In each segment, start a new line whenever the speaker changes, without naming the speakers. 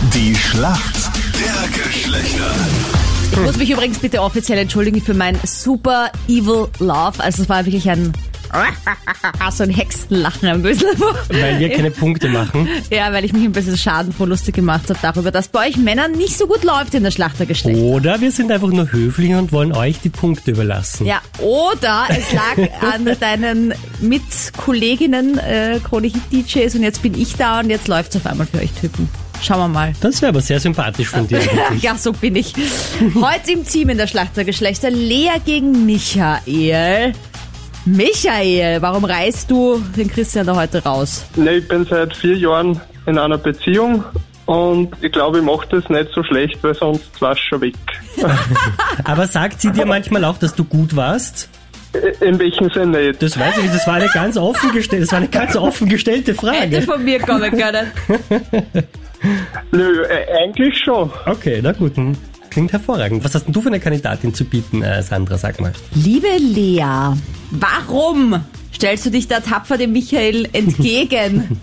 Die Schlacht der Geschlechter.
Ich muss mich übrigens bitte offiziell entschuldigen für mein super evil Laugh. Also es war wirklich so ein Hexenlachen ein bisschen.
Weil wir keine Punkte machen.
Ja, weil ich mich ein bisschen schadenfroh lustig gemacht habe darüber, dass bei euch Männern nicht so gut läuft in der Schlacht der Geschlechter.
Oder wir sind einfach nur höflich und wollen euch die Punkte überlassen.
Ja, oder es lag an deinen Mitkolleginnen, Krone-Hit-DJs und jetzt bin ich da und jetzt läuft's auf einmal für euch Typen. Schauen wir mal.
Das wäre aber sehr sympathisch von dir.
Ja, so bin ich. Heute im Team in der Schlacht der Geschlechter Lea gegen Michael. Michael, warum reißt du den Christian da heute raus?
Ne, ich bin seit 4 Jahren in einer Beziehung und ich glaube, ich mache das nicht so schlecht, weil sonst war's schon weg.
Aber sagt sie dir manchmal auch, dass du gut warst?
In welchem Sinne nicht?
Das weiß ich nicht, das war eine ganz offen gestellte Frage.
Hätte von mir kommen können.
Nö, eigentlich schon.
Okay, na gut, klingt hervorragend. Was hast denn du für eine Kandidatin zu bieten, Sandra, sag mal?
Liebe Lea, warum stellst du dich da tapfer dem Michael entgegen?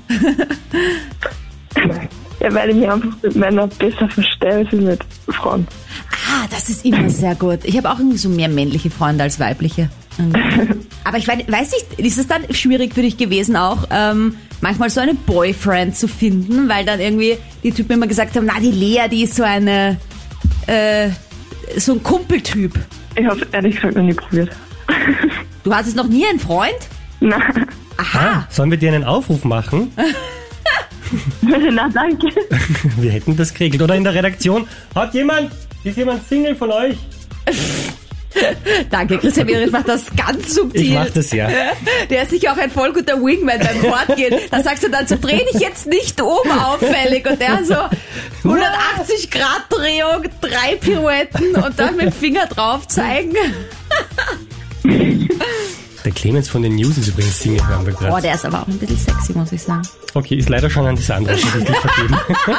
Ja, weil ich mich einfach mit Männern besser verstehe als mit Frauen.
Ah, das ist immer sehr gut. Ich habe auch irgendwie so mehr männliche Freunde als weibliche. Aber ich weiß nicht, ist es dann schwierig für dich gewesen auch, manchmal so einen Boyfriend zu finden, weil dann irgendwie die Typen immer gesagt haben, na die Lea, die ist so eine, so ein Kumpeltyp.
Ich habe es ehrlich gesagt noch nie probiert.
Du hattest noch nie einen Freund?
Nein.
Aha.
Sollen wir dir einen Aufruf machen?
Na, danke.
Wir hätten das geregelt. Oder in der Redaktion, ist jemand Single von euch?
Danke, Christian Wierich macht das ganz subtil.
Ich mach das ja.
Der ist sicher auch ein voll guter Wingman beim Fortgehen. Da sagst du dann so, dreh dich jetzt nicht um auffällig. Und der so 180-Grad-Drehung, 3 Pirouetten und dann mit dem Finger drauf zeigen.
Der Clemens von den News ist übrigens Single, hören wir gerade.
Oh, der ist aber auch ein bisschen sexy, muss ich sagen.
Okay, ist leider schon an die Sandra offensichtlich vergeben.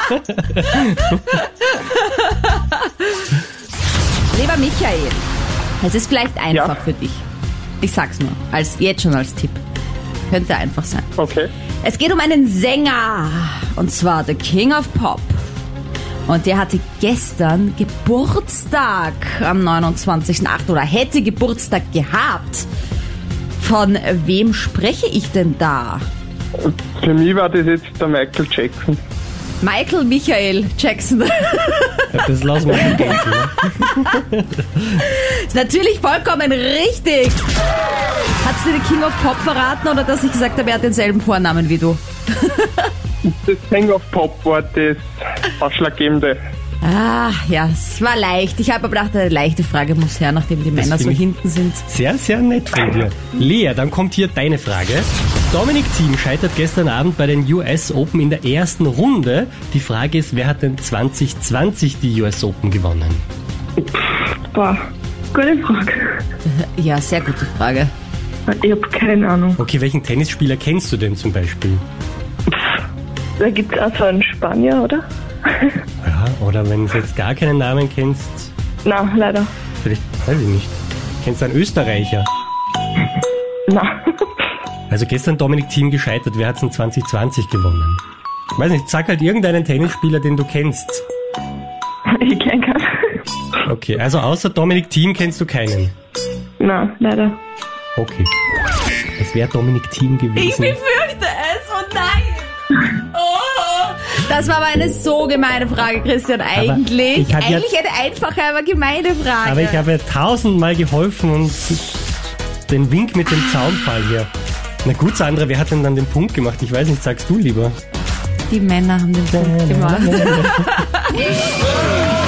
Lieber Michael, es ist vielleicht einfach für dich. Ich sag's nur, jetzt schon als Tipp. Könnte einfach sein.
Okay.
Es geht um einen Sänger, und zwar The King of Pop. Und der hatte gestern Geburtstag am 29.08. oder hätte Geburtstag gehabt. Von wem spreche ich denn da?
Für mich war das jetzt der Michael Jackson.
Michael Jackson.
Ja, das lassen wir nicht gelten, ne?
Ist natürlich vollkommen richtig. Hat's dir der King of Pop verraten oder dass ich gesagt habe, er hat denselben Vornamen wie du?
Das King of Pop war das Ausschlaggebende.
Ah, ja, es war leicht. Ich habe aber gedacht, eine leichte Frage muss her, nachdem die Männer so hinten sind.
Sehr, sehr nett von dir. Lea, dann kommt hier deine Frage. Dominik Thiem scheitert gestern Abend bei den US Open in der ersten Runde. Die Frage ist, wer hat denn 2020 die US Open gewonnen?
Boah, gute Frage.
Ja, sehr gute Frage.
Ich habe keine Ahnung.
Okay, welchen Tennisspieler kennst du denn zum Beispiel?
Da gibt es auch so einen Spanier, oder?
Ja, oder wenn du jetzt gar keinen Namen kennst,
Na, leider.
vielleicht, weiß ich nicht. Kennst du einen Österreicher?
Na.
Also gestern Dominik Thiem gescheitert, wer hat's in 2020 gewonnen? Weiß nicht, sag halt irgendeinen Tennisspieler, den du kennst.
Ich kenne keinen.
Okay, also außer Dominik Thiem kennst du keinen.
Na, leider.
Okay. Es wäre Dominik Thiem
Ich
gewesen.
befürchte es, oh nein! Oh, das war aber eine so gemeine Frage, Christian, eigentlich.
ich hab ja-
Eigentlich eine einfache, aber gemeine Frage.
Aber ich habe ja 1000-mal geholfen und den Wink mit dem Zaunfall hier. Na gut, Sandra, wer hat denn dann den Punkt gemacht? Ich weiß nicht, sagst du lieber.
Die Männer haben den Punkt gemacht.